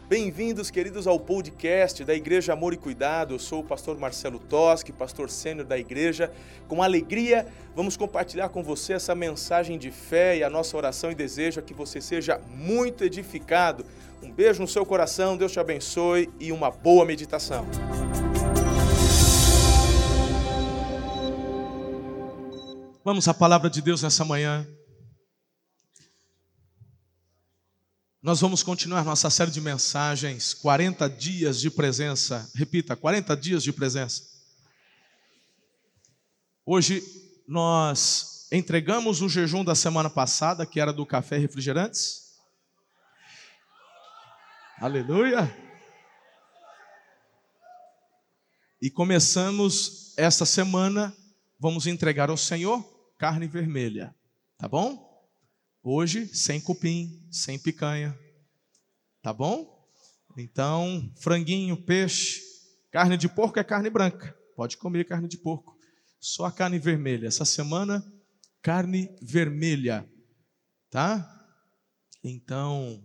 Bem-vindos, queridos, ao podcast da Igreja Amor e Cuidado. Eu sou o pastor Marcelo Toschi, pastor sênior da igreja. Com alegria, vamos compartilhar com você essa mensagem de fé e a nossa oração e desejo é que você seja muito edificado. Um beijo no seu coração, Deus te abençoe e uma boa meditação. Vamos à palavra de Deus nessa manhã. Nós vamos continuar nossa série de mensagens, 40 dias de presença. Repita, 40 dias de presença. Hoje nós entregamos o jejum da semana passada, que era do café e refrigerantes. Aleluia! E começamos essa semana, vamos entregar ao Senhor carne vermelha, tá bom? Hoje, sem cupim, sem picanha, tá bom? Então, franguinho, peixe, carne de porco é carne branca, pode comer carne de porco, só a carne vermelha. Essa semana, carne vermelha, tá? Então,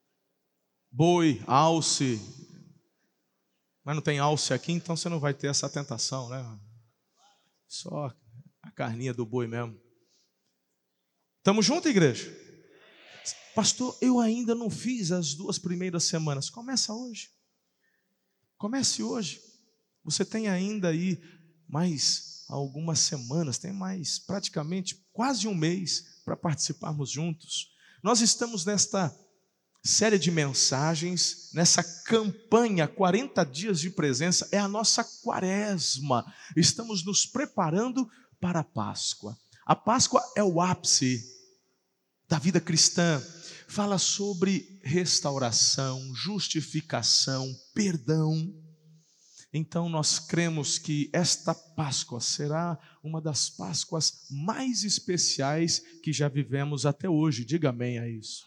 boi, alce, mas não tem alce aqui, então você não vai ter essa tentação, né? Só a carninha do boi mesmo. Estamos juntos, igreja? Pastor, eu ainda não fiz as 2 primeiras semanas. Começa hoje. Comece hoje. Você tem ainda aí mais algumas semanas, tem mais praticamente quase um mês para participarmos juntos. Nós estamos nesta série de mensagens, nessa campanha 40 dias de presença, é a nossa quaresma. Estamos nos preparando para a Páscoa. A Páscoa é o ápice da vida cristã, fala sobre restauração, justificação, perdão. Então nós cremos que esta Páscoa será uma das Páscoas mais especiais que já vivemos até hoje. Diga amém a isso.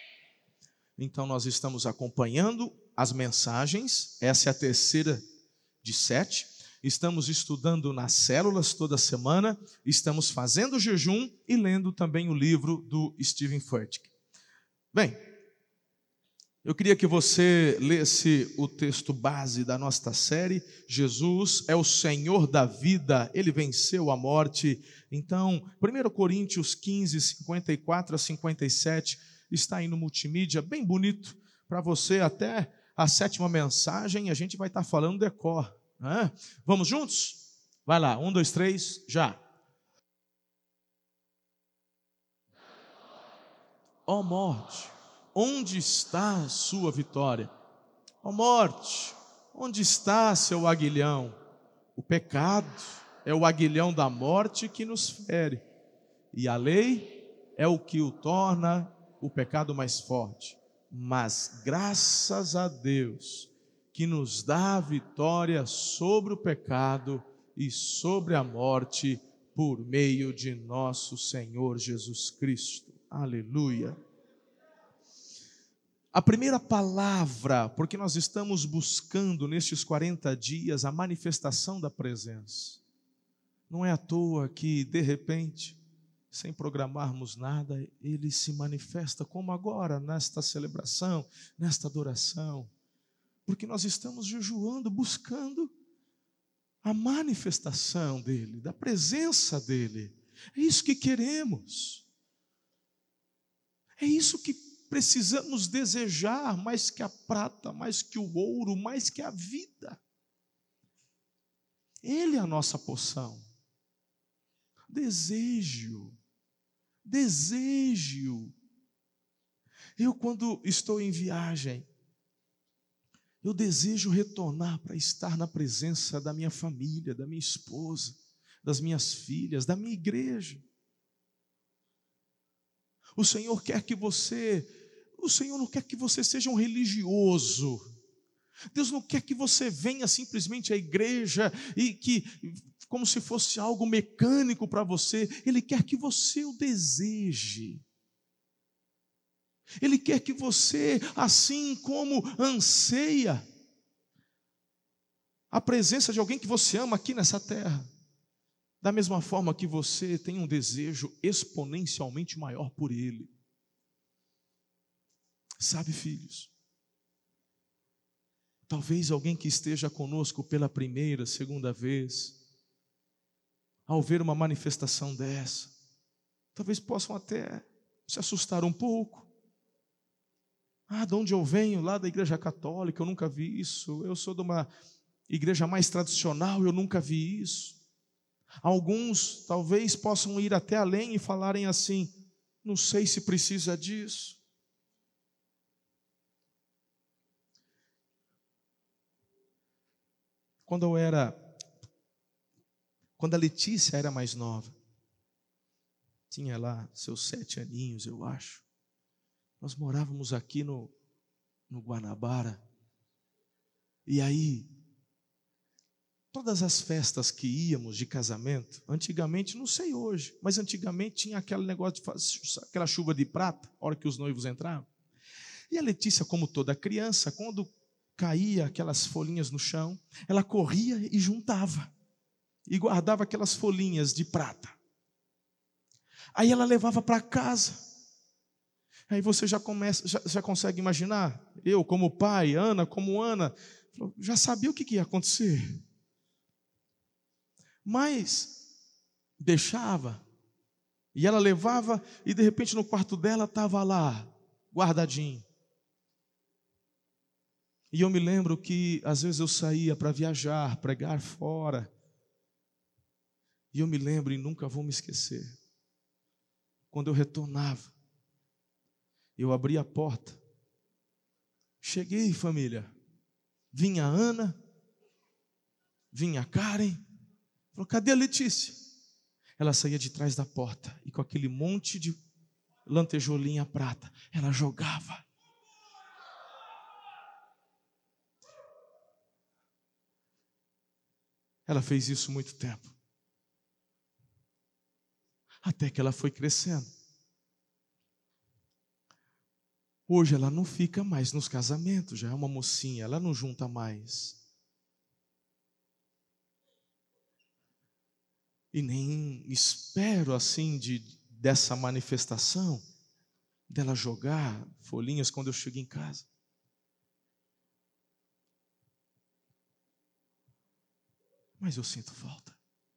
Então nós estamos acompanhando as mensagens, essa é a terceira de 7. Estamos estudando nas células toda semana, estamos fazendo jejum e lendo também o livro do Steven Furtick. Bem, eu queria que você lesse o texto base da nossa série. Jesus é o Senhor da vida, Ele venceu a morte. Então, 1 Coríntios 15, 54 a 57, está aí no multimídia, bem bonito para você, até a 7ª mensagem, a gente vai estar falando decor. Vamos juntos? Vai lá, 1, 2, 3, já. Ó morte, onde está a sua vitória? Ó morte, onde está seu aguilhão? O pecado é o aguilhão da morte que nos fere, e a lei é o que o torna o pecado mais forte. Mas graças a Deus, que nos dá a vitória sobre o pecado e sobre a morte por meio de nosso Senhor Jesus Cristo. Aleluia. A primeira palavra, porque nós estamos buscando nestes 40 dias a manifestação da presença. Não é à toa que, de repente, sem programarmos nada, Ele se manifesta como agora, nesta celebração, nesta adoração. Porque nós estamos jejuando, buscando a manifestação dEle, da presença dEle. É isso que queremos. É isso que precisamos desejar, mais que a prata, mais que o ouro, mais que a vida. Ele é a nossa porção. Desejo. Eu, quando estou em viagem, eu desejo retornar para estar na presença da minha família, da minha esposa, das minhas filhas, da minha igreja. O Senhor não quer que você seja um religioso. Deus não quer que você venha simplesmente à igreja e que, como se fosse algo mecânico para você. Ele quer que você o deseje. Ele quer que você, assim como anseia a presença de alguém que você ama aqui nessa terra, da mesma forma que você tem um desejo exponencialmente maior por Ele. Sabe, filhos, Talvez alguém que esteja conosco pela primeira, segunda vez, ao ver uma manifestação dessa, talvez possam até se assustar um pouco. De onde eu venho? Lá da igreja católica, eu nunca vi isso. Eu sou de uma igreja mais tradicional, eu nunca vi isso. Alguns talvez possam ir até além e falarem assim: não sei se precisa disso. Quando a Letícia era mais nova, tinha lá seus 7 aninhos, eu acho. Nós morávamos aqui no Guanabara. E aí, todas as festas que íamos de casamento, antigamente, não sei hoje, mas antigamente tinha aquele negócio de fazer aquela chuva de prata, a hora que os noivos entravam. E a Letícia, como toda criança, quando caía aquelas folhinhas no chão, ela corria e juntava, e guardava aquelas folhinhas de prata. Aí ela levava para casa. Aí você já consegue imaginar, eu como pai, Ana como Ana, já sabia o que ia acontecer. Mas deixava, e ela levava, e de repente no quarto dela estava lá, guardadinho. E eu me lembro que às vezes eu saía para viajar, pregar fora, e eu me lembro, e nunca vou me esquecer, quando eu retornava, eu abri a porta, cheguei, família, vinha a Ana, vinha a Karen, falou: cadê a Letícia? Ela saía de trás da porta e com aquele monte de lantejoulinha prata, ela jogava. Ela fez isso muito tempo, até que ela foi crescendo. Hoje ela não fica mais nos casamentos, já é uma mocinha, ela não junta mais. E nem espero assim dessa manifestação, dela jogar folhinhas quando eu chego em casa. Mas eu sinto falta.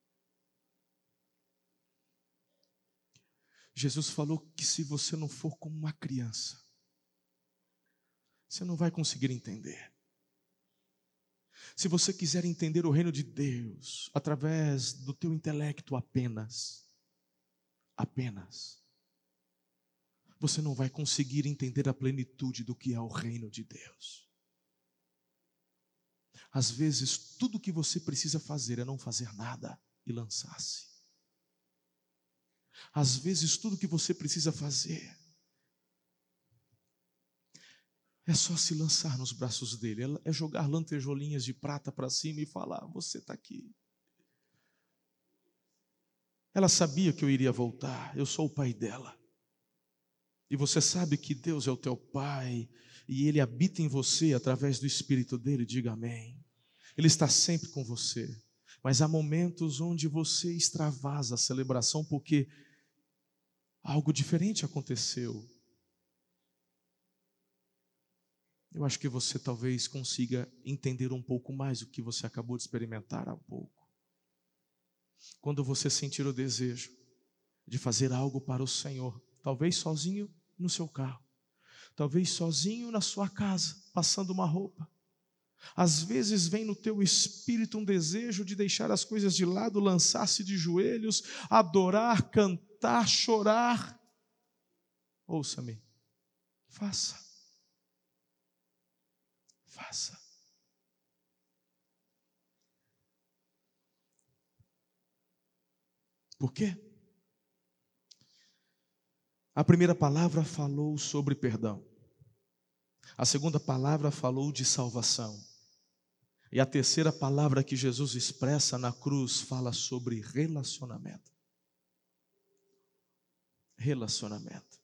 Jesus falou que se você não for como uma criança, você não vai conseguir entender. Se você quiser entender o reino de Deus através do teu intelecto apenas, você não vai conseguir entender a plenitude do que é o reino de Deus. Às vezes, tudo o que você precisa fazer é não fazer nada e lançar-se. Às vezes, tudo o que você precisa fazer é só se lançar nos braços dele, é jogar lantejoulinhas de prata para cima e falar: você está aqui. Ela sabia que eu iria voltar, eu sou o pai dela. E você sabe que Deus é o teu pai, e Ele habita em você através do Espírito dele, diga amém. Ele está sempre com você, mas há momentos onde você extravasa a celebração porque algo diferente aconteceu. Eu acho que você talvez consiga entender um pouco mais o que você acabou de experimentar há pouco. Quando você sentir o desejo de fazer algo para o Senhor, talvez sozinho no seu carro, talvez sozinho na sua casa, passando uma roupa. Às vezes vem no teu espírito um desejo de deixar as coisas de lado, lançar-se de joelhos, adorar, cantar, chorar. Ouça-me, faça. Faça. Por quê? A primeira palavra falou sobre perdão. A segunda palavra falou de salvação. E a terceira palavra que Jesus expressa na cruz fala sobre relacionamento. Relacionamento.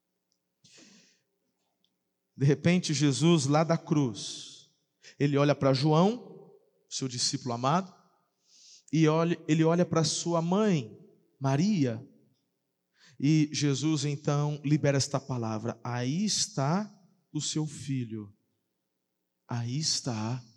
De repente, Jesus lá da cruz, ele olha para João, seu discípulo amado, e ele olha para sua mãe, Maria, e Jesus então libera esta palavra: aí está o seu filho, aí está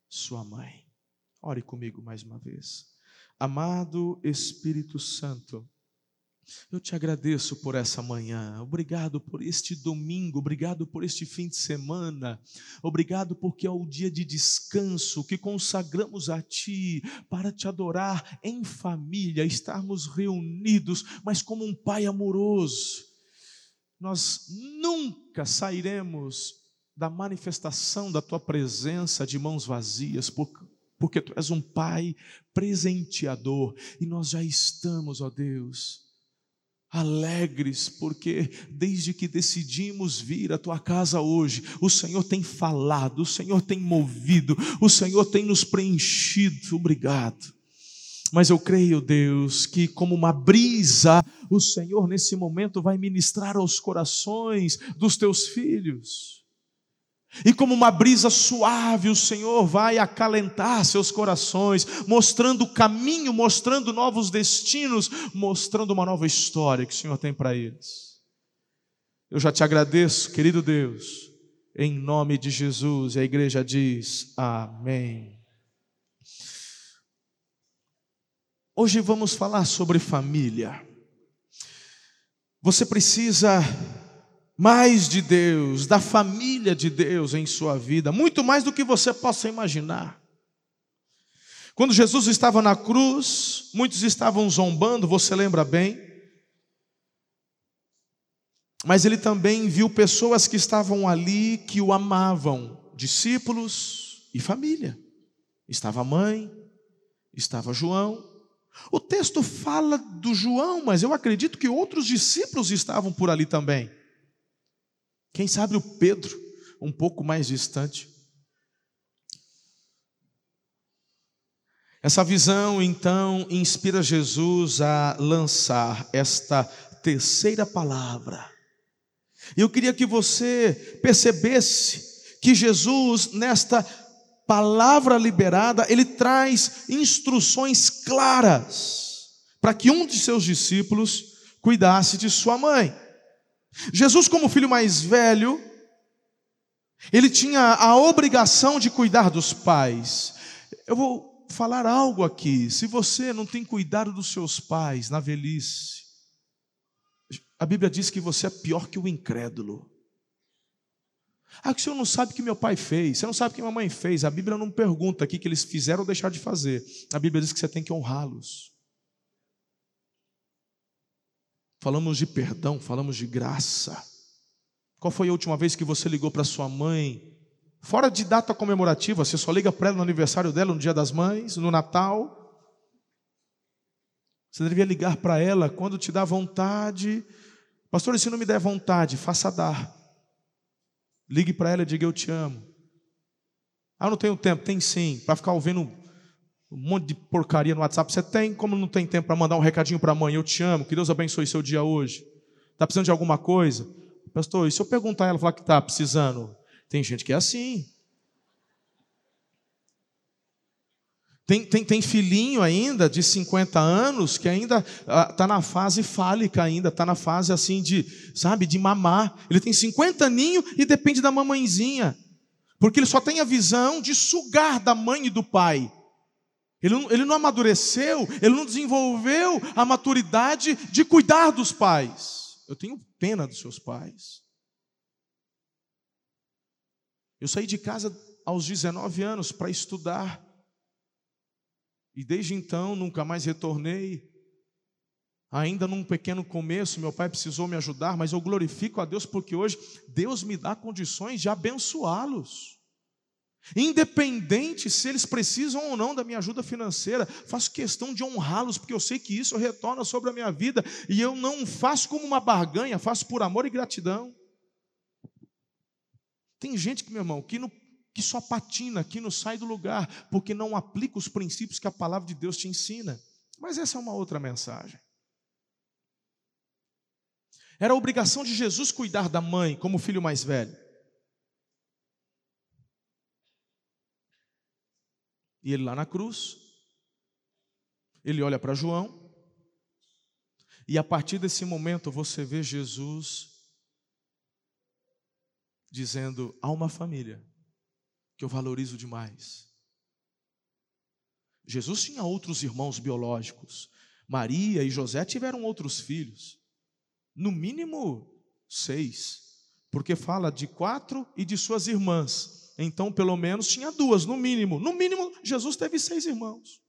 sua mãe. Ore comigo mais uma vez. Amado Espírito Santo, eu te agradeço por essa manhã, obrigado por este domingo, obrigado por este fim de semana, obrigado porque é o dia de descanso que consagramos a Ti para Te adorar em família, estarmos reunidos, mas como um Pai amoroso. Nós nunca sairemos da manifestação da Tua presença de mãos vazias, porque Tu és um Pai presenteador, e nós já estamos, ó Deus, alegres, porque desde que decidimos vir à Tua casa hoje, o Senhor tem falado, o Senhor tem movido, o Senhor tem nos preenchido. Obrigado. Mas eu creio, Deus, que como uma brisa, o Senhor nesse momento vai ministrar aos corações dos Teus filhos. E como uma brisa suave, o Senhor vai acalentar seus corações, mostrando o caminho, mostrando novos destinos, mostrando uma nova história que o Senhor tem para eles. Eu já te agradeço, querido Deus, em nome de Jesus. E a igreja diz amém. Hoje vamos falar sobre família. Você precisa mais de Deus, da família de Deus em sua vida, muito mais do que você possa imaginar. Quando Jesus estava na cruz, muitos estavam zombando, você lembra bem? Mas ele também viu pessoas que estavam ali, que o amavam, discípulos e família. Estava a mãe, estava João. O texto fala do João, mas eu acredito que outros discípulos estavam por ali também. Quem sabe o Pedro, um pouco mais distante. Essa visão, então, inspira Jesus a lançar esta terceira palavra. E eu queria que você percebesse que Jesus, nesta palavra liberada, ele traz instruções claras para que um de seus discípulos cuidasse de sua mãe. Jesus, como filho mais velho, ele tinha a obrigação de cuidar dos pais. Eu vou falar algo aqui. Se você não tem cuidado dos seus pais na velhice, a Bíblia diz que você é pior que o incrédulo. Ah, que o senhor não sabe o que meu pai fez, você não sabe o que minha mãe fez. A Bíblia não pergunta aqui o que eles fizeram ou deixaram de fazer. A Bíblia diz que você tem que honrá-los. Falamos de perdão, falamos de graça. Qual foi a última vez que você ligou para sua mãe? Fora de data comemorativa, você só liga para ela no aniversário dela, no Dia das Mães, no Natal. Você deveria ligar para ela quando te dá vontade. Pastor, e se não me der vontade, faça dar. Ligue para ela e diga: eu te amo. Ah, eu não tenho tempo. Tem sim, para ficar ouvindo um monte de porcaria no WhatsApp. Você tem, como não tem tempo para mandar um recadinho para a mãe: eu te amo, que Deus abençoe seu dia hoje. Está precisando de alguma coisa? Pastor, e se eu perguntar a ela, falar que está precisando? Tem gente que é assim. Tem filhinho ainda de 50 anos que ainda está na fase fálica ainda, está na fase assim de, sabe, de mamar. Ele tem 50 aninhos e depende da mamãezinha, porque ele só tem a visão de sugar da mãe e do pai. Ele não amadureceu, ele não desenvolveu a maturidade de cuidar dos pais. Eu tenho pena dos seus pais. Eu saí de casa aos 19 anos para estudar. E desde então nunca mais retornei. Ainda num pequeno começo, meu pai precisou me ajudar, mas eu glorifico a Deus porque hoje Deus me dá condições de abençoá-los. Independente se eles precisam ou não da minha ajuda financeira, faço questão de honrá-los, porque eu sei que isso retorna sobre a minha vida, e eu não faço como uma barganha, faço por amor e gratidão. Tem gente que, meu irmão, que só patina, que não sai do lugar, porque não aplica os princípios que a palavra de Deus te ensina. Mas essa é uma outra mensagem. Era a obrigação de Jesus cuidar da mãe como filho mais velho. E ele lá na cruz, ele olha para João, e a partir desse momento você vê Jesus dizendo: há uma família que eu valorizo demais. Jesus tinha outros irmãos biológicos. Maria e José tiveram outros filhos. No mínimo 6. Porque fala de 4 e de suas irmãs. Então, pelo menos, tinha 2, no mínimo. No mínimo, Jesus teve 6 irmãos.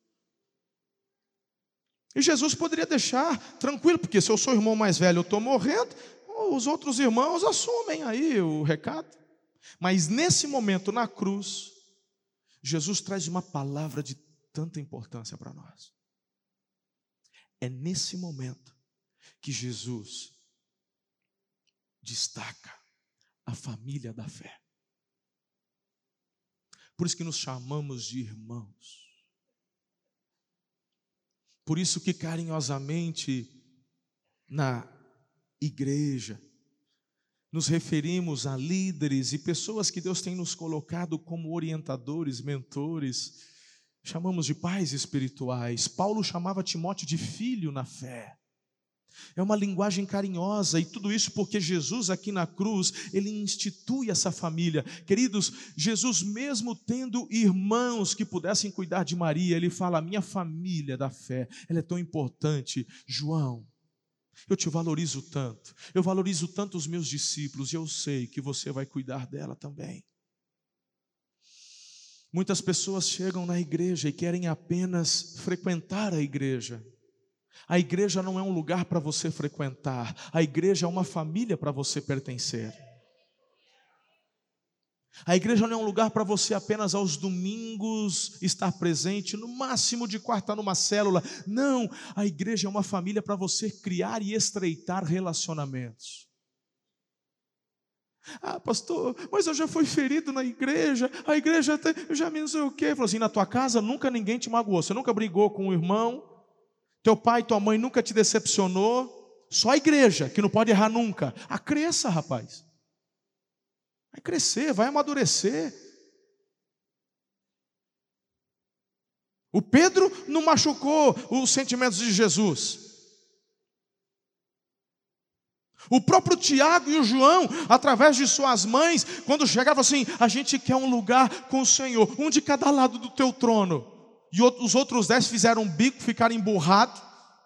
E Jesus poderia deixar tranquilo, porque se eu sou o irmão mais velho, eu estou morrendo, os outros irmãos assumem aí o recado. Mas nesse momento, na cruz, Jesus traz uma palavra de tanta importância para nós. É nesse momento que Jesus destaca a família da fé. Por isso que nos chamamos de irmãos. Por isso que carinhosamente na igreja nos referimos a líderes e pessoas que Deus tem nos colocado como orientadores, mentores, chamamos de pais espirituais. Paulo chamava Timóteo de filho na fé. É uma linguagem carinhosa, e tudo isso porque Jesus aqui na cruz, Ele institui essa família. Queridos, Jesus mesmo tendo irmãos que pudessem cuidar de Maria, Ele fala, a minha família da fé, ela é tão importante. João, eu te valorizo tanto, eu valorizo tanto os meus discípulos, e eu sei que você vai cuidar dela também. Muitas pessoas chegam na igreja e querem apenas frequentar a igreja. A igreja não é um lugar para você frequentar. A igreja é uma família para você pertencer. A igreja não é um lugar para você apenas aos domingos estar presente, no máximo de quarta numa célula. Não, a igreja é uma família para você criar e estreitar relacionamentos. Ah, pastor, mas eu já fui ferido na igreja, a igreja eu já me não sei o quê. Falou assim, na tua casa nunca ninguém te magoou, você nunca brigou com um irmão, teu pai e tua mãe nunca te decepcionou, só a igreja que não pode errar nunca. Ah, cresça, rapaz. Vai crescer, vai amadurecer. O Pedro não machucou os sentimentos de Jesus. O próprio Tiago e o João, através de suas mães, quando chegavam assim, a gente quer um lugar com o Senhor, um de cada lado do teu trono. E os outros 10 fizeram um bico, ficaram emburrados.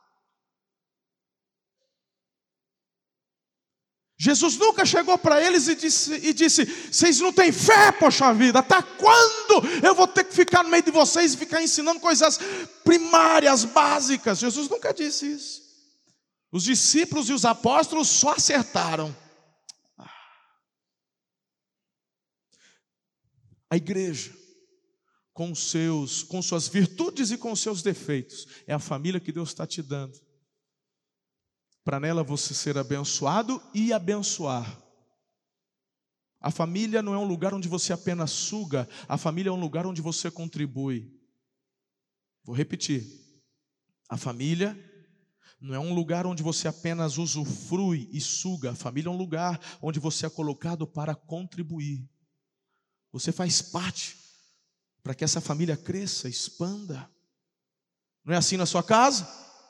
Jesus nunca chegou para eles e disse, vocês não têm fé, poxa vida, até quando eu vou ter que ficar no meio de vocês e ficar ensinando coisas primárias, básicas? Jesus nunca disse isso. Os discípulos e os apóstolos só acertaram. A igreja, com suas virtudes e com seus defeitos, é a família que Deus está te dando. Para nela você ser abençoado e abençoar. A família não é um lugar onde você apenas suga, a família é um lugar onde você contribui. Vou repetir. A família não é um lugar onde você apenas usufrui e suga. A família é um lugar onde você é colocado para contribuir. Você faz parte para que essa família cresça, expanda. Não é assim na sua casa?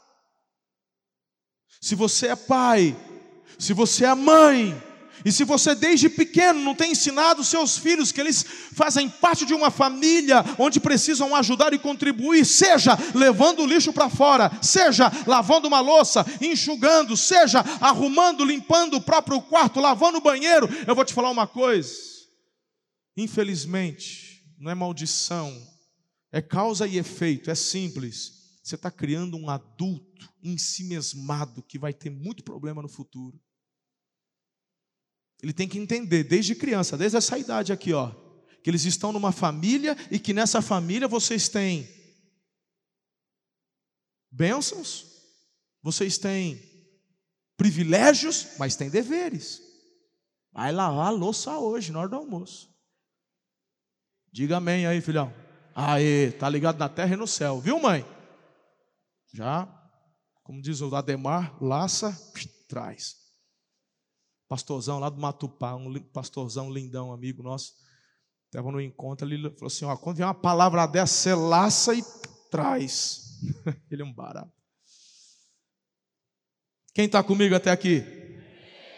Se você é pai, se você é mãe, e se você desde pequeno não tem ensinado seus filhos que eles fazem parte de uma família onde precisam ajudar e contribuir, seja levando o lixo para fora, seja lavando uma louça, enxugando, seja arrumando, limpando o próprio quarto, lavando o banheiro, eu vou te falar uma coisa, infelizmente, não é maldição, é causa e efeito, é simples, você está criando um adulto ensimesmado que vai ter muito problema no futuro. Ele tem que entender desde criança, desde essa idade aqui, ó, que eles estão numa família e que nessa família vocês têm bênçãos, vocês têm privilégios, mas têm deveres. Vai lavar a louça hoje, na hora do almoço. Diga amém aí, filhão. Aê, tá ligado na terra e no céu, viu, mãe? Já, como diz o Ademar, laça, traz. Pastorzão lá do Matupá, um pastorzão lindão, amigo nosso, estava no encontro, ele falou assim, ó, quando vier uma palavra dessa, você laça e traz. Ele é um barato. Quem está comigo até aqui?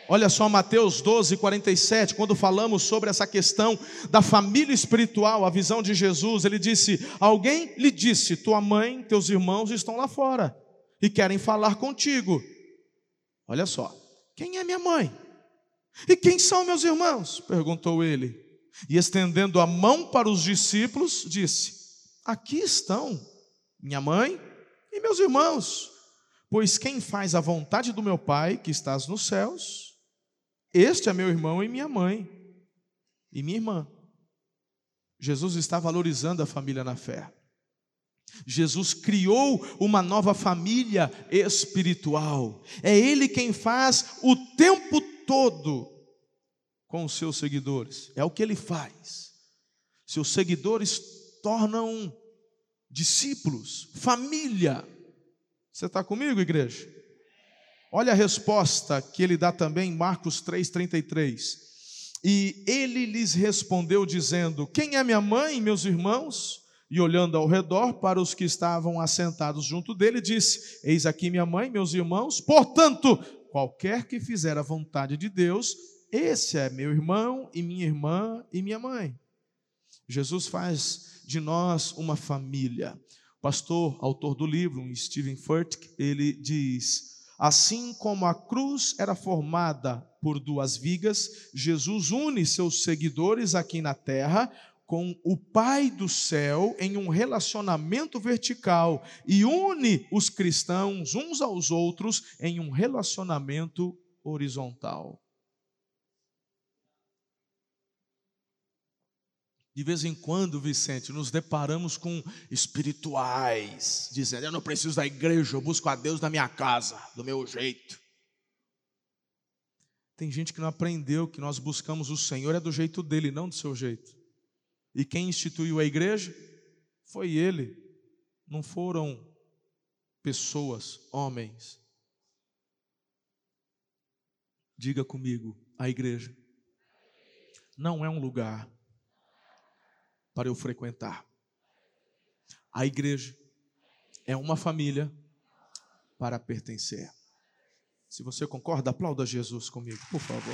Olha só Mateus 12:47, quando falamos sobre essa questão da família espiritual, a visão de Jesus, ele disse: alguém lhe disse, tua mãe, teus irmãos estão lá fora e querem falar contigo. Olha só, quem é minha mãe? E quem são meus irmãos? Perguntou ele. E estendendo a mão para os discípulos, disse: aqui estão minha mãe e meus irmãos, pois quem faz a vontade do meu Pai que estás nos céus, este é meu irmão e minha mãe e minha irmã. Jesus está valorizando a família na fé. Jesus criou uma nova família espiritual. É Ele quem faz o tempo todo com os seus seguidores. É o que Ele faz. Seus seguidores tornam discípulos, família. Você está comigo, igreja? Olha a resposta que ele dá também em Marcos 3:33. E ele lhes respondeu dizendo: quem é minha mãe e meus irmãos? E olhando ao redor para os que estavam assentados junto dele, disse: eis aqui minha mãe e meus irmãos. Portanto, qualquer que fizer a vontade de Deus, esse é meu irmão e minha irmã e minha mãe. Jesus faz de nós uma família. O pastor, autor do livro, Stephen Furtick, ele diz: assim como a cruz era formada por duas vigas, Jesus une seus seguidores aqui na terra com o Pai do céu em um relacionamento vertical e une os cristãos uns aos outros em um relacionamento horizontal. De vez em quando, Vicente, nos deparamos com espirituais, dizendo: eu não preciso da igreja, eu busco a Deus na minha casa, do meu jeito. Tem gente que não aprendeu que nós buscamos o Senhor é do jeito dele, não do seu jeito. E quem instituiu a igreja foi Ele, não foram pessoas, homens. Diga comigo, a igreja não é um lugar para eu frequentar. A igreja é uma família para pertencer. Se você concorda, aplauda Jesus comigo, por favor.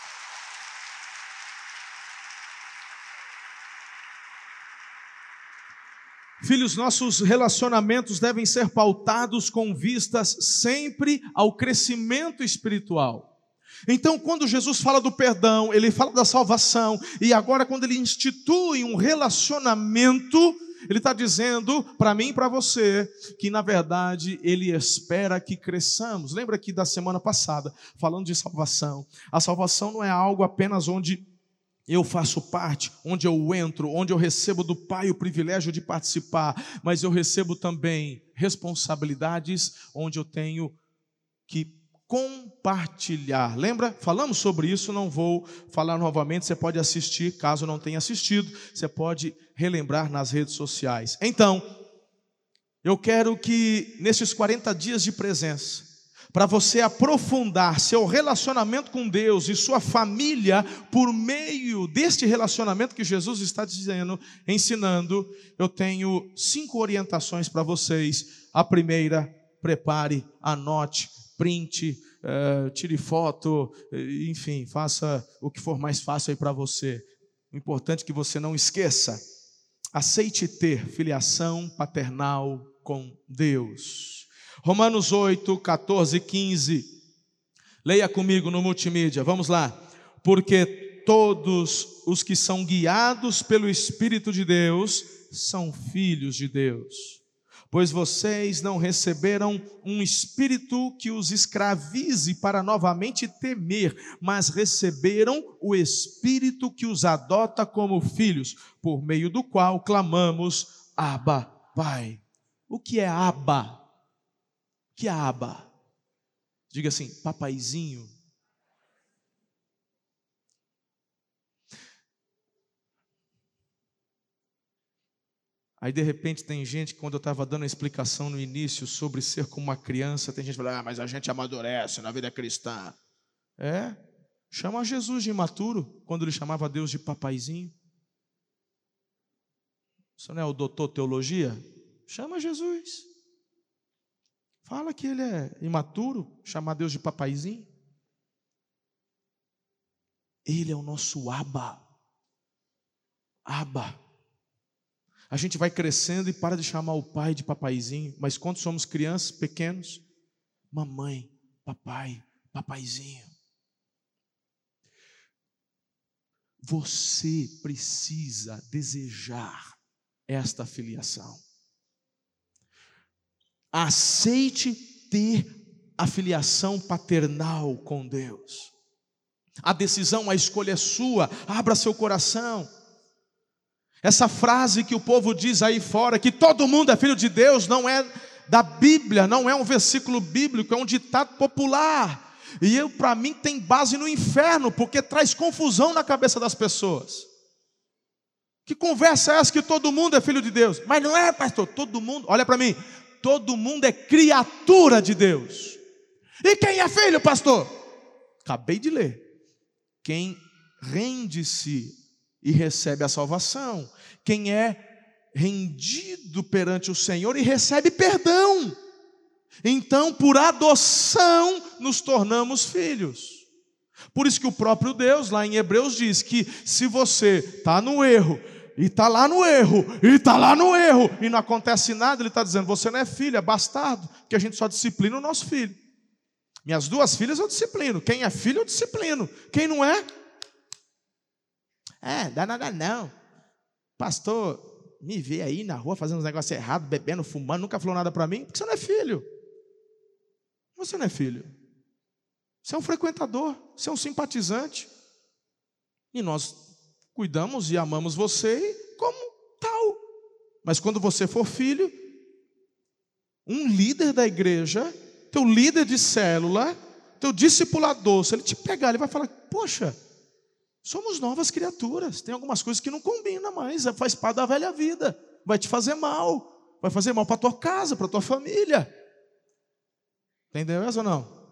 Filhos, nossos relacionamentos devem ser pautados com vistas sempre ao crescimento espiritual. Então, quando Jesus fala do perdão, Ele fala da salvação, e agora quando Ele institui um relacionamento, Ele está dizendo para mim e para você, que na verdade Ele espera que cresçamos. Lembra aqui da semana passada, falando de salvação. A salvação não é algo apenas onde eu faço parte, onde eu entro, onde eu recebo do Pai o privilégio de participar, mas eu recebo também responsabilidades onde eu tenho que compartilhar. Lembra? Falamos sobre isso, não vou falar novamente, você pode assistir, caso não tenha assistido, você pode relembrar nas redes sociais. Então, eu quero que nesses 40 dias de presença, para você aprofundar seu relacionamento com Deus e sua família, por meio deste relacionamento que Jesus está dizendo, ensinando, eu tenho 5 orientações para vocês. A primeira, prepare, anote, print, tire foto, enfim, faça o que for mais fácil aí para você. O importante é que você não esqueça. Aceite ter filiação paternal com Deus. Romanos 8, 14 e 15. Leia comigo no multimídia, vamos lá. Porque todos os que são guiados pelo Espírito de Deus são filhos de Deus. Pois vocês não receberam um espírito que os escravize para novamente temer, mas receberam o Espírito que os adota como filhos, por meio do qual clamamos: Abba, Pai. O que é Abba? O que é Abba? Diga assim, papaizinho. Aí de repente tem gente, quando eu estava dando a explicação no início sobre ser como uma criança, tem gente que fala: mas a gente amadurece na vida cristã. Chama Jesus de imaturo, quando ele chamava Deus de papaizinho. Isso não é o doutor teologia? Chama Jesus. Fala que ele é imaturo, chamar Deus de papaizinho. Ele é o nosso Abba. Abba. A gente vai crescendo e para de chamar o pai de papaizinho, mas quando somos crianças, pequenos, mamãe, papai, papaizinho. Você precisa desejar esta filiação. Aceite ter a filiação paternal com Deus. A decisão, a escolha é sua. Abra seu coração. Essa frase que o povo diz aí fora, que todo mundo é filho de Deus, não é da Bíblia, não é um versículo bíblico, é um ditado popular. E para mim tem base no inferno, porque traz confusão na cabeça das pessoas. Que conversa é essa que todo mundo é filho de Deus? Mas não é, pastor, todo mundo, olha para mim, todo mundo é criatura de Deus. E quem é filho, pastor? Acabei de ler. Quem rende-se e recebe a salvação, quem é rendido perante o Senhor e recebe perdão. Então, por adoção, nos tornamos filhos. Por isso que o próprio Deus, lá em Hebreus, diz que se você está no erro, e está lá no erro, e está lá no erro, e não acontece nada, Ele está dizendo, você não é filho, é bastardo, porque a gente só disciplina o nosso filho. Minhas duas filhas eu disciplino, quem é filho eu disciplino, quem não é, dá nada não. Pastor, me vê aí na rua fazendo uns negócios errados, bebendo, fumando, nunca falou nada para mim, porque você não é filho. Você não é filho. Você é um frequentador, você é um simpatizante. E nós cuidamos e amamos você como tal. Mas quando você for filho, um líder da igreja, teu líder de célula, teu discipulador, se ele te pegar, ele vai falar, poxa, somos novas criaturas, tem algumas coisas que não combinam mais, faz parte da velha vida, vai te fazer mal, vai fazer mal para tua casa, para tua família. Entendeu essa ou não?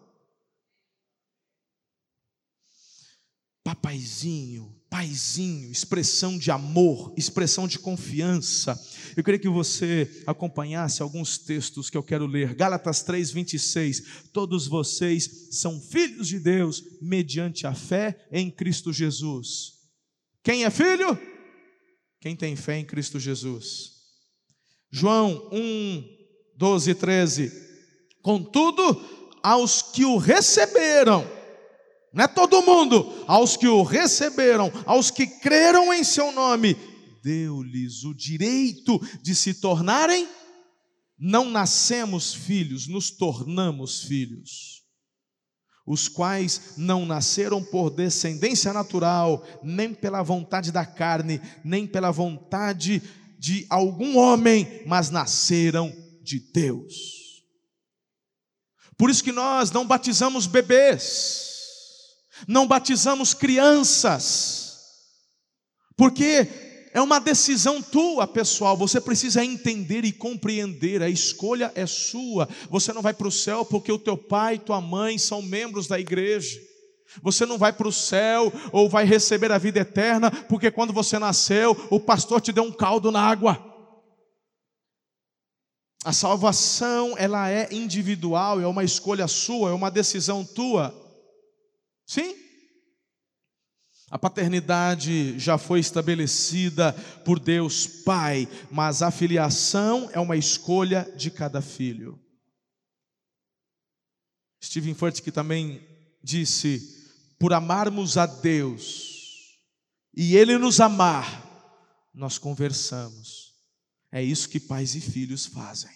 Papaizinho, paizinho, expressão de amor, expressão de confiança. Eu queria que você acompanhasse alguns textos que eu quero ler. Gálatas 3:26. Todos vocês são filhos de Deus mediante a fé em Cristo Jesus. Quem é filho? Quem tem fé em Cristo Jesus. João 1:12-13. Contudo, aos que o receberam, não é todo mundo, aos que o receberam, aos que creram em seu nome, deu-lhes o direito de se tornarem, não nascemos filhos, nos tornamos filhos, os quais não nasceram por descendência natural, nem pela vontade da carne, nem pela vontade de algum homem, mas nasceram de Deus. Por isso que nós não batizamos bebês, não batizamos crianças, porque é uma decisão tua, pessoal. Você precisa entender e compreender, a escolha é sua. Você não vai para o céu porque o teu pai e tua mãe são membros da igreja. Você não vai para o céu ou vai receber a vida eterna porque quando você nasceu, o pastor te deu um caldo na água. A salvação, ela é individual, é uma escolha sua, é uma decisão tua. Sim? A paternidade já foi estabelecida por Deus Pai, mas a filiação é uma escolha de cada filho. Stephen Furtick também disse, por amarmos a Deus e Ele nos amar, nós conversamos. É isso que pais e filhos fazem.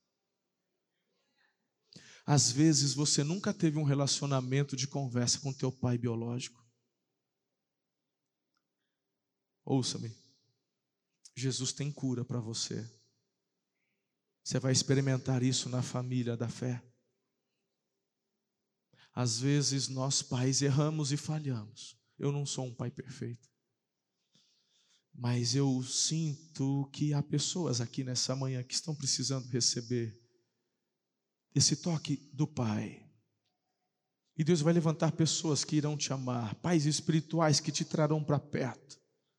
Às vezes você nunca teve um relacionamento de conversa com teu pai biológico. Ouça-me, Jesus tem cura para você. Você vai experimentar isso na família da fé. Às vezes nós pais erramos e falhamos. Eu não sou um pai perfeito. Mas eu sinto que há pessoas aqui nessa manhã que estão precisando receber esse toque do Pai. E Deus vai levantar pessoas que irão te amar, pais espirituais que te trarão para perto.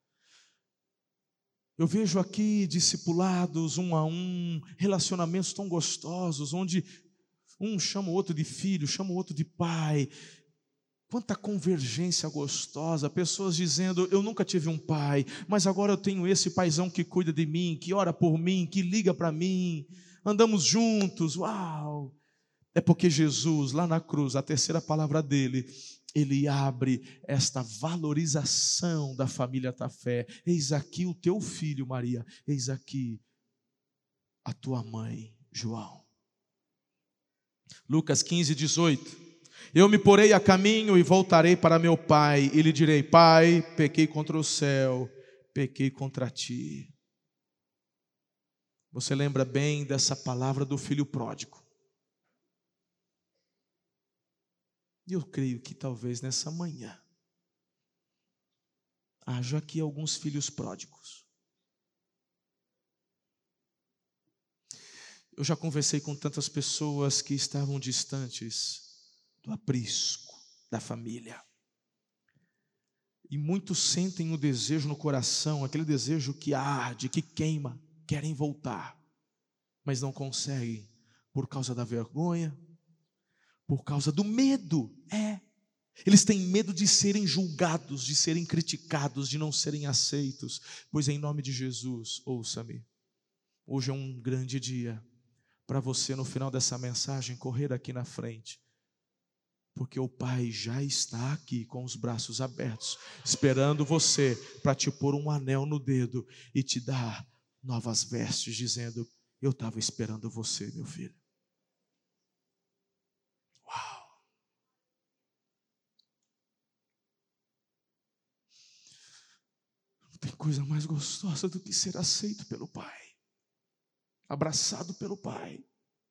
Eu vejo aqui discipulados, um a um, relacionamentos tão gostosos, onde um chama o outro de filho, chama o outro de pai, Quanta convergência gostosa, pessoas dizendo, eu nunca tive um pai, mas agora eu tenho esse paizão que cuida de mim, que ora por mim, que liga para mim, andamos juntos, uau! É porque Jesus, lá na cruz, a terceira palavra dele, ele abre esta valorização da família Tafé. Eis aqui o teu filho, Maria, eis aqui a tua mãe, João. Lucas 15, 18. Eu me porei a caminho e voltarei para meu pai, e lhe direi, pai, pequei contra o céu, pequei contra ti. Você lembra bem dessa palavra do filho pródigo? E eu creio que talvez nessa manhã haja aqui alguns filhos pródigos. Eu já conversei com tantas pessoas que estavam distantes do aprisco da família. E muitos sentem o desejo no coração, aquele desejo que arde, que queima, querem voltar, mas não conseguem por causa da vergonha, por causa do medo. Eles têm medo de serem julgados, de serem criticados, de não serem aceitos. Pois em nome de Jesus, ouça-me, hoje é um grande dia para você no final dessa mensagem correr aqui na frente, porque o Pai já está aqui com os braços abertos, esperando você para te pôr um anel no dedo e te dar novas vestes, dizendo, eu estava esperando você, meu filho. Uau! Não tem coisa mais gostosa do que ser aceito pelo Pai, abraçado pelo Pai.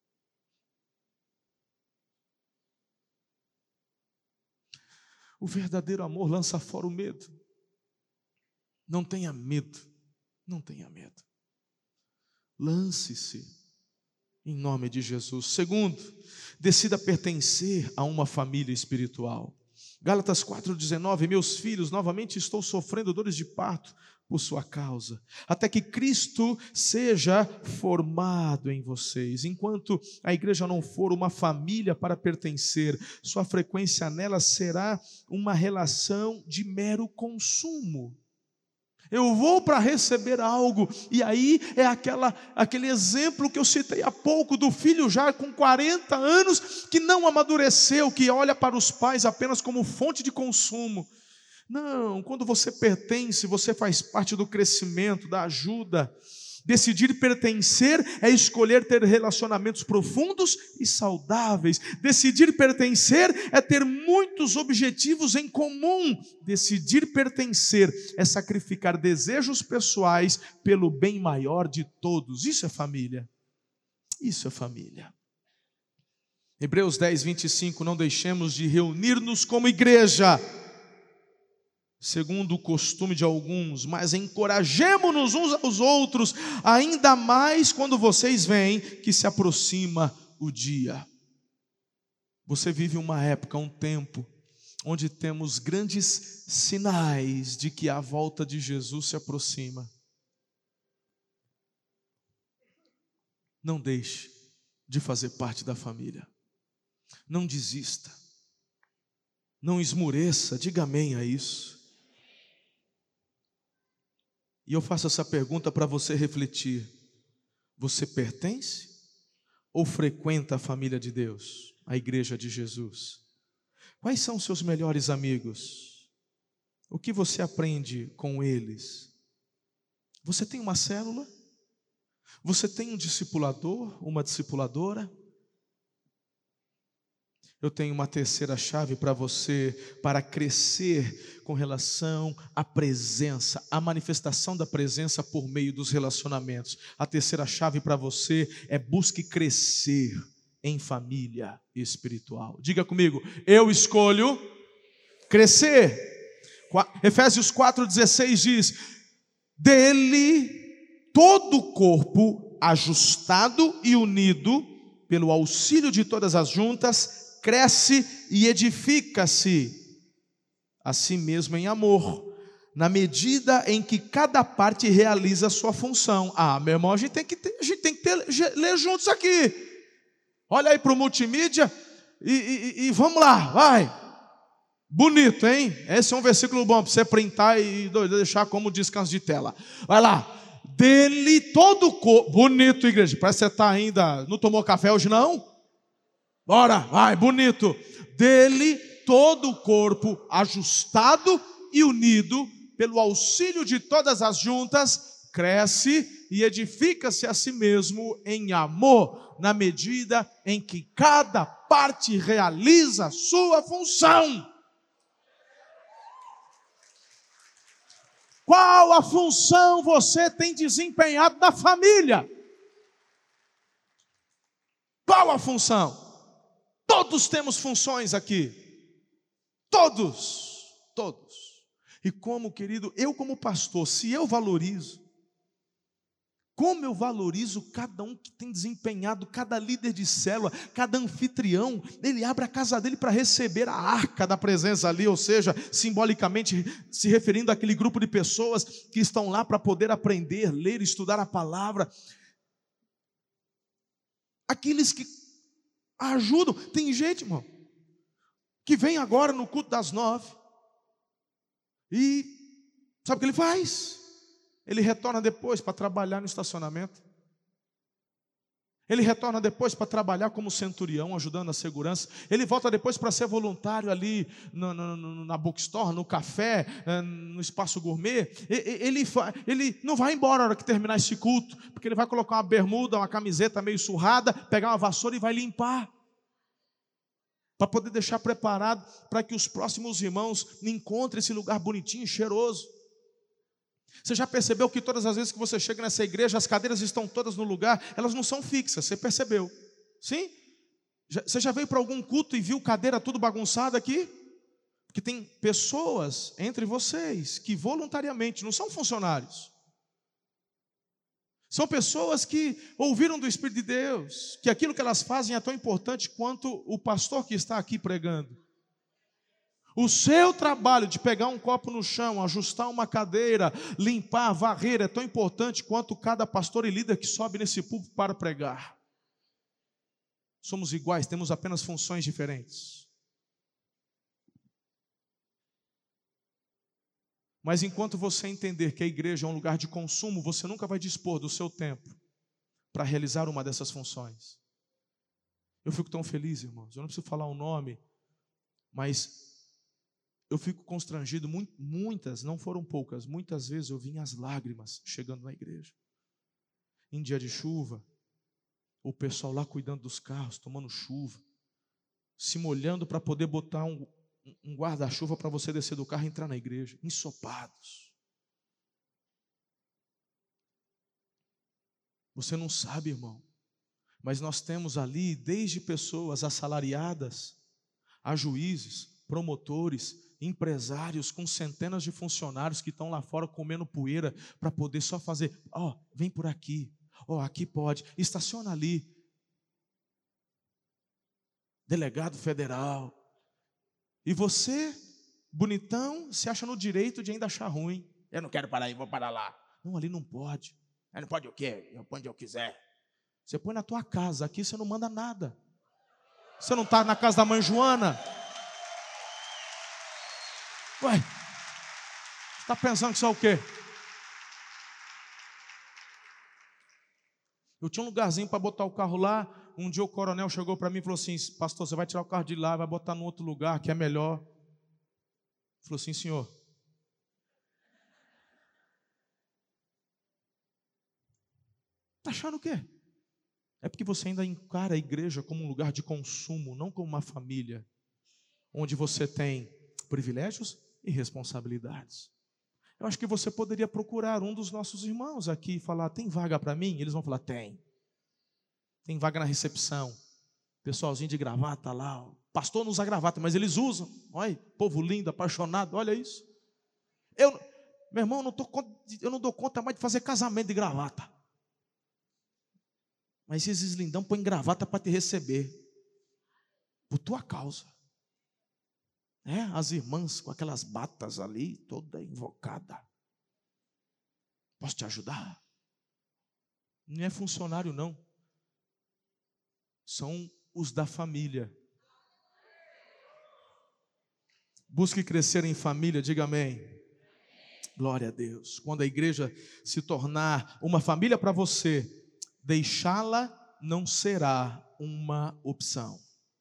O verdadeiro amor lança fora o medo. Não tenha medo, não tenha medo. Lance-se em nome de Jesus. Segundo, decida pertencer a uma família espiritual. Gálatas 4,19, meus filhos, novamente estou sofrendo dores de parto por sua causa, até que Cristo seja formado em vocês. Enquanto a igreja não for uma família para pertencer, sua frequência nela será uma relação de mero consumo. Eu vou para receber algo, e aí é aquele exemplo que eu citei há pouco, do filho já com 40 anos, que não amadureceu, que olha para os pais apenas como fonte de consumo. Não, quando você pertence, você faz parte do crescimento, da ajuda. Decidir pertencer é escolher ter relacionamentos profundos e saudáveis. Decidir pertencer é ter muitos objetivos em comum. Decidir pertencer é sacrificar desejos pessoais pelo bem maior de todos. Isso é família. Isso é família. Hebreus 10, 25, não deixemos de reunir-nos como igreja, segundo o costume de alguns, mas encorajemo-nos uns aos outros, ainda mais quando vocês veem que se aproxima o dia. Você vive uma época, um tempo, onde temos grandes sinais de que a volta de Jesus se aproxima. Não deixe de fazer parte da família. Não desista. Não esmureça, diga amém a isso. E eu faço essa pergunta para você refletir. Você pertence ou frequenta a família de Deus, a igreja de Jesus? Quais são os seus melhores amigos? O que você aprende com eles? Você tem uma célula? Você tem um discipulador, uma discipuladora? Eu tenho uma terceira chave para você, para crescer com relação à presença, à manifestação da presença por meio dos relacionamentos. A terceira chave para você é busque crescer em família espiritual. Diga comigo, eu escolho crescer. Efésios 4,16 diz, dele todo o corpo ajustado e unido pelo auxílio de todas as juntas, cresce e edifica-se a si mesmo em amor, na medida em que cada parte realiza a sua função. Meu irmão, a gente tem que ler juntos aqui. Olha aí para o multimídia e vamos lá, vai. Bonito, hein? Esse é um versículo bom para você printar e deixar como descanso de tela. Vai lá. Dele todo o corpo. Bonito, igreja. Parece que você está ainda. Não tomou café hoje, não? Bora, vai, bonito. Dele todo o corpo, ajustado e unido, pelo auxílio de todas as juntas, cresce e edifica-se a si mesmo em amor, na medida em que cada parte realiza a sua função. Qual a função você tem desempenhado na família? Qual a função? Todos temos funções aqui. Todos. E como, querido, eu como pastor, se eu valorizo, como eu valorizo cada um que tem desempenhado, cada líder de célula, cada anfitrião, ele abre a casa dele para receber a arca da presença ali, ou seja, simbolicamente se referindo àquele grupo de pessoas que estão lá para poder aprender, ler, estudar a palavra. Aqueles que ajudam, tem gente, irmão, que vem agora no culto das 9 e sabe o que ele faz? Ele retorna depois para trabalhar no estacionamento. Ele retorna depois para trabalhar como centurião, ajudando a segurança. Ele volta depois para ser voluntário ali na bookstore, no café, no espaço gourmet. Ele não vai embora na hora que terminar esse culto, porque ele vai colocar uma bermuda, uma camiseta meio surrada, pegar uma vassoura e vai limpar, para poder deixar preparado para que os próximos irmãos encontrem esse lugar bonitinho e cheiroso. Você já percebeu que todas as vezes que você chega nessa igreja, as cadeiras estão todas no lugar, elas não são fixas, você percebeu? Sim? Você já veio para algum culto e viu cadeira tudo bagunçada aqui? Porque tem pessoas entre vocês que voluntariamente, não são funcionários, são pessoas que ouviram do Espírito de Deus, que aquilo que elas fazem é tão importante quanto o pastor que está aqui pregando. O seu trabalho de pegar um copo no chão, ajustar uma cadeira, limpar, varrer, é tão importante quanto cada pastor e líder que sobe nesse púlpito para pregar. Somos iguais, temos apenas funções diferentes. Mas enquanto você entender que a igreja é um lugar de consumo, você nunca vai dispor do seu tempo para realizar uma dessas funções. Eu fico tão feliz, irmãos, eu não preciso falar o nome, mas eu fico constrangido, muitas, não foram poucas, muitas vezes eu vi as lágrimas chegando na igreja. Em dia de chuva, o pessoal lá cuidando dos carros, tomando chuva, se molhando para poder botar um guarda-chuva para você descer do carro e entrar na igreja, ensopados. Você não sabe, irmão, mas nós temos ali desde pessoas assalariadas, a juízes, promotores, empresários com centenas de funcionários que estão lá fora comendo poeira para poder só fazer, vem por aqui, aqui pode, estaciona ali. Delegado federal. E você, bonitão, se acha no direito de ainda achar ruim. Eu não quero parar aí, vou parar lá. Não, ali não pode. Não pode o quê? Eu ponho onde eu quiser. Você põe na tua casa, aqui você não manda nada. Você não está na casa da mãe Joana? Ué, você está pensando que isso é o quê? Eu tinha um lugarzinho para botar o carro lá. Um dia o coronel chegou para mim e falou assim: pastor, você vai tirar o carro de lá, vai botar no outro lugar que é melhor. Ele falou assim: senhor, está achando o quê? É porque você ainda encara a igreja como um lugar de consumo, não como uma família, onde você tem privilégios e responsabilidades. Eu acho que você poderia procurar um dos nossos irmãos aqui e falar: tem vaga para mim? Eles vão falar: tem. Tem vaga na recepção. Pessoalzinho de gravata lá. O pastor não usa gravata, mas eles usam. Olha, povo lindo, apaixonado, olha isso. Meu irmão, eu não dou conta mais de fazer casamento de gravata. Mas esses lindão põem gravata para te receber. Por tua causa. As irmãs com aquelas batas ali, toda invocada. Posso te ajudar? Não é funcionário, não. São os da família. Busque crescer em família, diga amém. Glória a Deus. Quando a igreja se tornar uma família para você, deixá-la não será uma opção.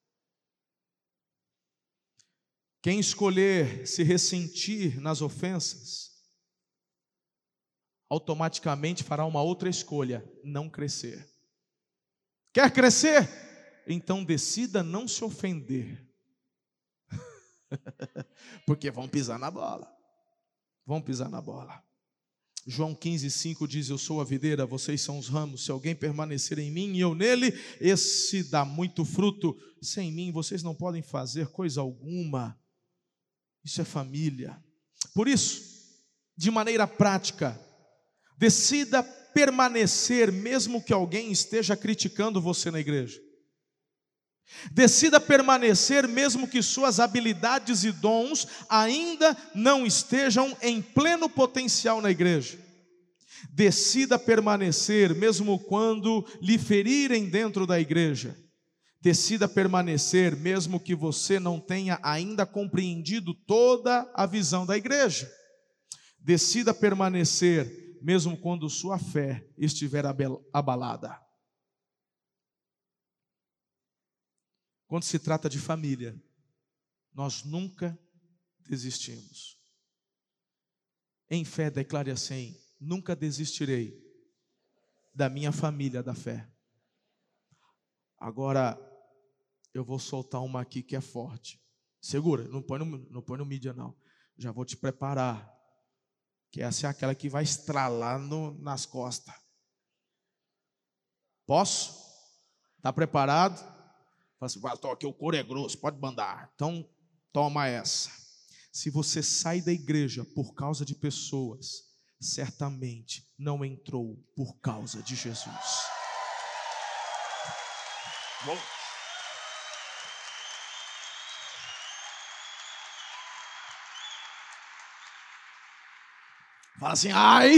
Quem escolher se ressentir nas ofensas, automaticamente fará uma outra escolha: não crescer. Quer crescer? Então decida não se ofender. Porque vão pisar na bola. Vão pisar na bola. João 15:5 diz: eu sou a videira, vocês são os ramos. Se alguém permanecer em mim e eu nele, esse dá muito fruto. Sem mim vocês não podem fazer coisa alguma. Isso é família. Por isso, de maneira prática, decida permanecer mesmo que alguém esteja criticando você na igreja. Decida permanecer mesmo que suas habilidades e dons ainda não estejam em pleno potencial na igreja. Decida permanecer mesmo quando lhe ferirem dentro da igreja. Decida permanecer mesmo que você não tenha ainda compreendido toda a visão da igreja. Decida permanecer mesmo quando sua fé estiver abalada. Quando se trata de família, nós nunca desistimos. Em fé, declare assim: nunca desistirei da minha família da fé. Agora, eu vou soltar uma aqui que é forte. Segura, não põe no mídia não. Já vou te preparar. Que essa é aquela que vai estralar nas costas. Posso? Está preparado? Fala assim: pastor, aqui o couro é grosso, pode mandar. Então, toma essa. Se você sai da igreja por causa de pessoas, certamente não entrou por causa de Jesus. Bom. Fala assim: ai!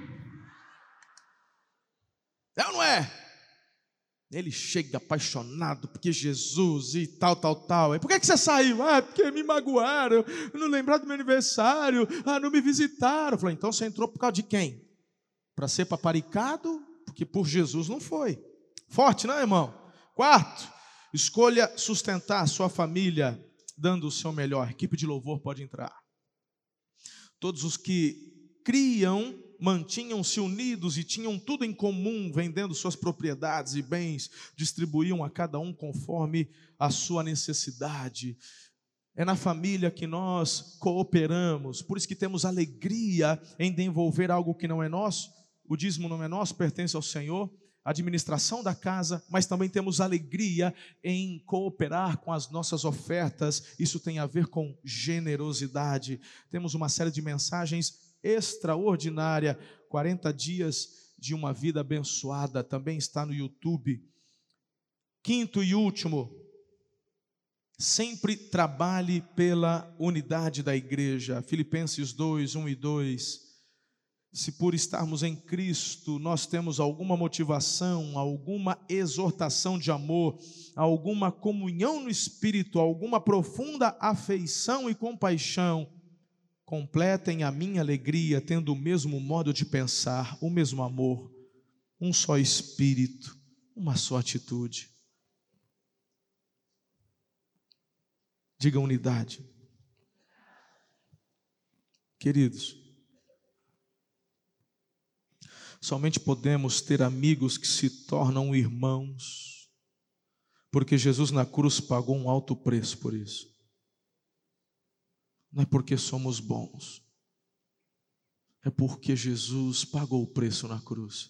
É ou não é? Ele chega apaixonado porque Jesus e tal. E por que você saiu? Ah, porque me magoaram, não lembraram do meu aniversário, não me visitaram. Eu falei: então você entrou por causa de quem? Para ser paparicado? Porque por Jesus não foi. Forte, né, irmão? Quarto, escolha sustentar a sua família dando o seu melhor. A equipe de louvor pode entrar. Todos os que criam, mantinham-se unidos e tinham tudo em comum, vendendo suas propriedades e bens, distribuíam a cada um conforme a sua necessidade. É na família que nós cooperamos, por isso que temos alegria em devolver algo que não é nosso. O dízimo não é nosso, pertence ao Senhor, a administração da casa, mas também temos alegria em cooperar com as nossas ofertas. Isso tem a ver com generosidade. Temos uma série de mensagens extraordinária, 40 dias de uma vida abençoada, também está no YouTube. Quinto e último, sempre trabalhe pela unidade da igreja. Filipenses 2, 1 e 2. Se por estarmos em Cristo, nós temos alguma motivação, alguma exortação de amor, alguma comunhão no Espírito, alguma profunda afeição e compaixão, completem a minha alegria, tendo o mesmo modo de pensar, o mesmo amor, um só Espírito, uma só atitude. Diga unidade. Queridos, somente podemos ter amigos que se tornam irmãos, porque Jesus na cruz pagou um alto preço por isso. Não é porque somos bons, é porque Jesus pagou o preço na cruz.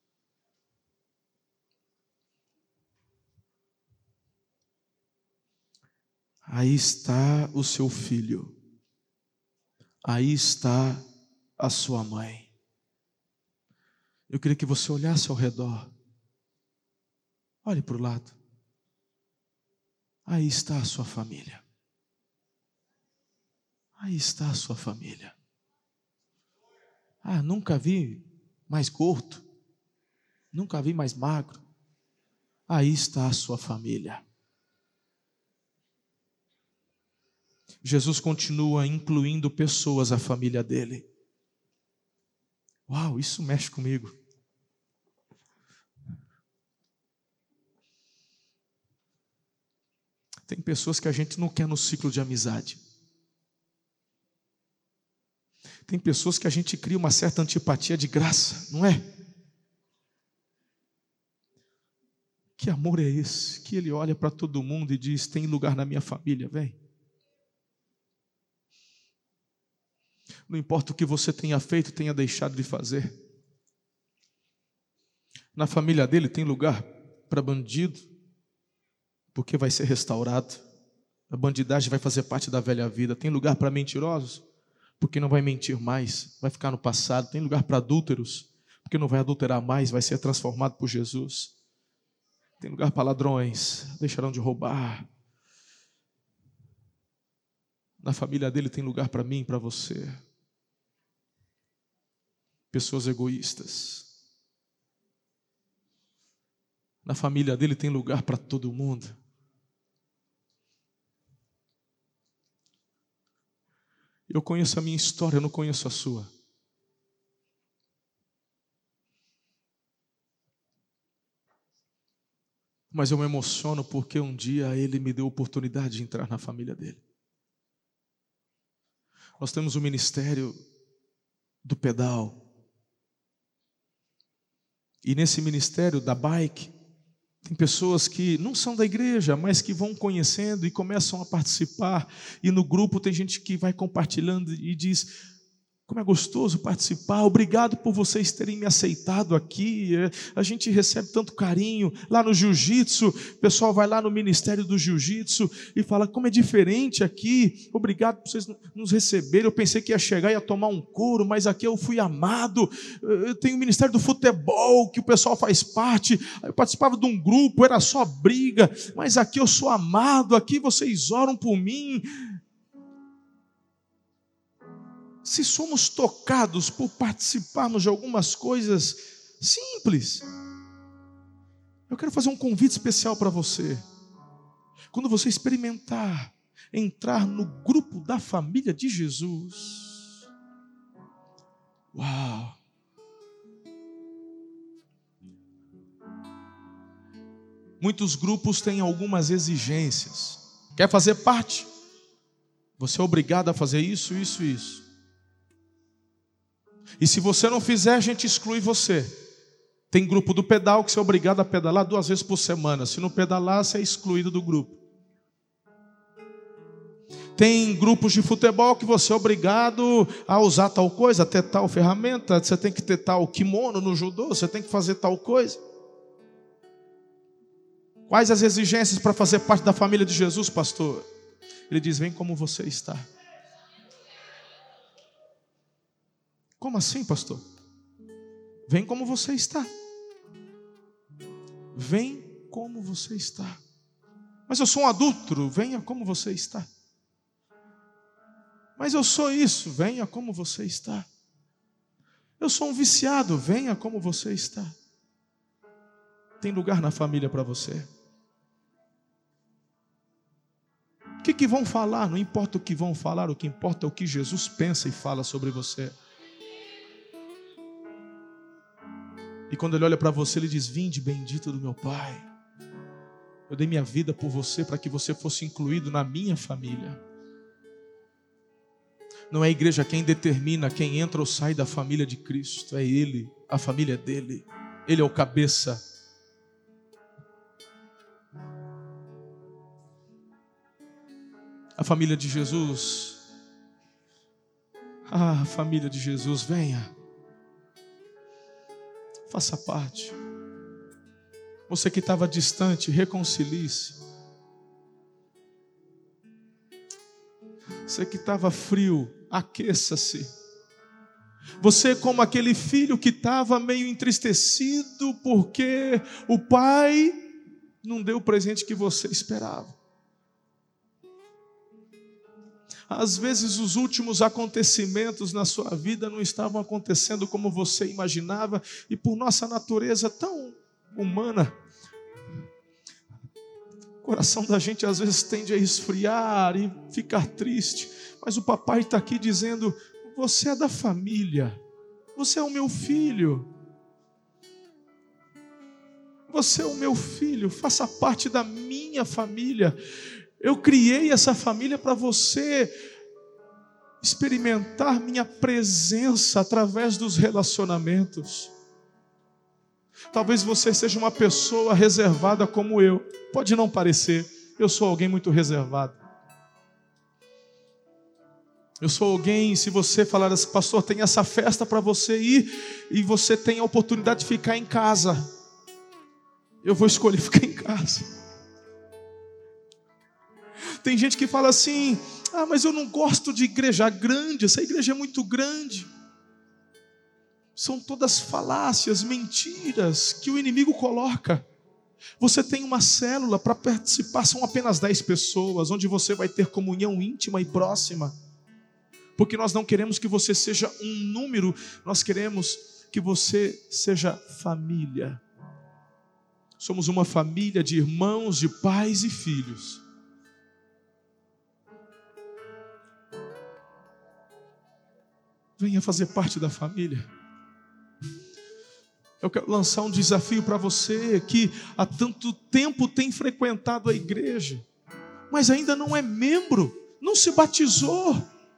Aí está o seu filho, aí está a sua mãe. Eu queria que você olhasse ao redor, olhe para o lado, aí está a sua família. Aí está a sua família. Nunca vi mais gordo, nunca vi mais magro. Aí está a sua família. Jesus continua incluindo pessoas à família dele. Uau, isso mexe comigo. Tem pessoas que a gente não quer no ciclo de amizade. Tem pessoas que a gente cria uma certa antipatia de graça, não é? Que amor é esse? Que ele olha para todo mundo e diz: tem lugar na minha família, vem. Não importa o que você tenha feito, tenha deixado de fazer. Na família dele tem lugar para bandido, porque vai ser restaurado. A bandidagem vai fazer parte da velha vida. Tem lugar para mentirosos, porque não vai mentir mais, vai ficar no passado. Tem lugar para adúlteros, porque não vai adulterar mais, vai ser transformado por Jesus. Tem lugar para ladrões, deixarão de roubar. Na família dele tem lugar para mim e para você. Pessoas egoístas. Na família dele tem lugar para todo mundo. Eu conheço a minha história, eu não conheço a sua. Mas eu me emociono porque um dia ele me deu a oportunidade de entrar na família dele. Nós temos o ministério do pedal. E nesse ministério da bike, tem pessoas que não são da igreja, mas que vão conhecendo e começam a participar. E no grupo tem gente que vai compartilhando e diz: como é gostoso participar, obrigado por vocês terem me aceitado aqui, a gente recebe tanto carinho. Lá no jiu-jitsu, o pessoal vai lá no ministério do jiu-jitsu e fala: como é diferente aqui, obrigado por vocês nos receberem. Eu pensei que ia chegar e ia tomar um couro, mas aqui eu fui amado. Eu tenho o ministério do futebol, que o pessoal faz parte, eu participava de um grupo, era só briga, mas aqui eu sou amado, aqui vocês oram por mim. Se somos tocados por participarmos de algumas coisas simples, eu quero fazer um convite especial para você. Quando você experimentar entrar no grupo da família de Jesus, uau! Muitos grupos têm algumas exigências. Quer fazer parte? Você é obrigado a fazer isso, isso e isso. E se você não fizer, a gente exclui você. Tem grupo do pedal que você é obrigado a pedalar 2 vezes por semana. Se não pedalar, você é excluído do grupo. Tem grupos de futebol que você é obrigado a usar tal coisa, a ter tal ferramenta. Você tem que ter tal kimono no judô, você tem que fazer tal coisa. Quais as exigências para fazer parte da família de Jesus, pastor? Ele diz: vem como você está. Como assim, pastor? Vem como você está. Vem como você está. Mas eu sou um adúltero, venha como você está. Mas eu sou isso, venha como você está. Eu sou um viciado, venha como você está. Tem lugar na família para você. O que vão falar? Não importa o que vão falar, o que importa é o que Jesus pensa e fala sobre você. E quando ele olha para você, ele diz: vinde bendito do meu Pai. Eu dei minha vida por você para que você fosse incluído na minha família. Não é a igreja quem determina quem entra ou sai da família de Cristo. É Ele, a família dele. Ele é o cabeça. A família de Jesus. Ah, a família de Jesus, venha. Faça parte. Você que estava distante, reconcilie-se. Você que estava frio, aqueça-se. Você como aquele filho que estava meio entristecido porque o pai não deu o presente que você esperava. Às vezes os últimos acontecimentos na sua vida não estavam acontecendo como você imaginava, e por nossa natureza tão humana, O coração da gente às vezes tende a esfriar e ficar triste. Mas o papai está aqui dizendo: você é da família. Você é o meu filho. Você é o meu filho. Faça parte da minha família. Eu criei essa família para você experimentar minha presença através dos relacionamentos. Talvez você seja uma pessoa reservada como eu. Pode não parecer. Eu sou alguém muito reservado. Eu sou alguém, se você falar assim: pastor, tem essa festa para você ir e você tem a oportunidade de ficar em casa, eu vou escolher ficar em casa. Tem gente que fala assim: mas eu não gosto de igreja grande, essa igreja é muito grande. São todas falácias, mentiras que o inimigo coloca. Você tem uma célula, para participar são apenas 10 pessoas, onde você vai ter comunhão íntima e próxima. Porque nós não queremos que você seja um número, nós queremos que você seja família. Somos uma família de irmãos, de pais e filhos. Venha fazer parte da família. Eu quero lançar um desafio para você que há tanto tempo tem frequentado a igreja, mas ainda não é membro, não se batizou.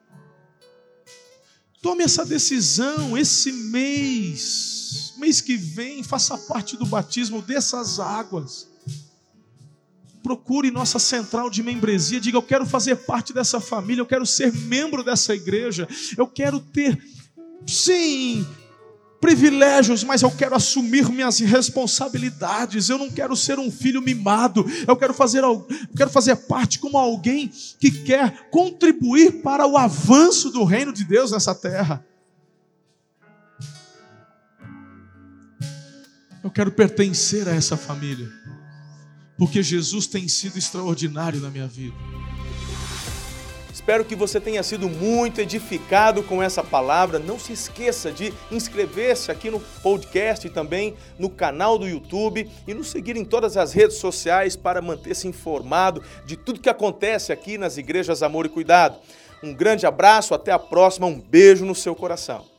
Tome essa decisão esse mês que vem, faça parte do batismo dessas águas. Procure nossa central de membresia, diga: eu quero fazer parte dessa família, eu quero ser membro dessa igreja, eu quero ter, sim, privilégios, mas eu quero assumir minhas responsabilidades. Eu não quero ser um filho mimado. Eu quero fazer parte como alguém que quer contribuir para o avanço do reino de Deus nessa terra. Eu quero pertencer a essa família, porque Jesus tem sido extraordinário na minha vida. Espero que você tenha sido muito edificado com essa palavra. Não se esqueça de inscrever-se aqui no podcast e também no canal do YouTube e nos seguir em todas as redes sociais para manter-se informado de tudo que acontece aqui nas Igrejas Amor e Cuidado. Um grande abraço, até a próxima, um beijo no seu coração.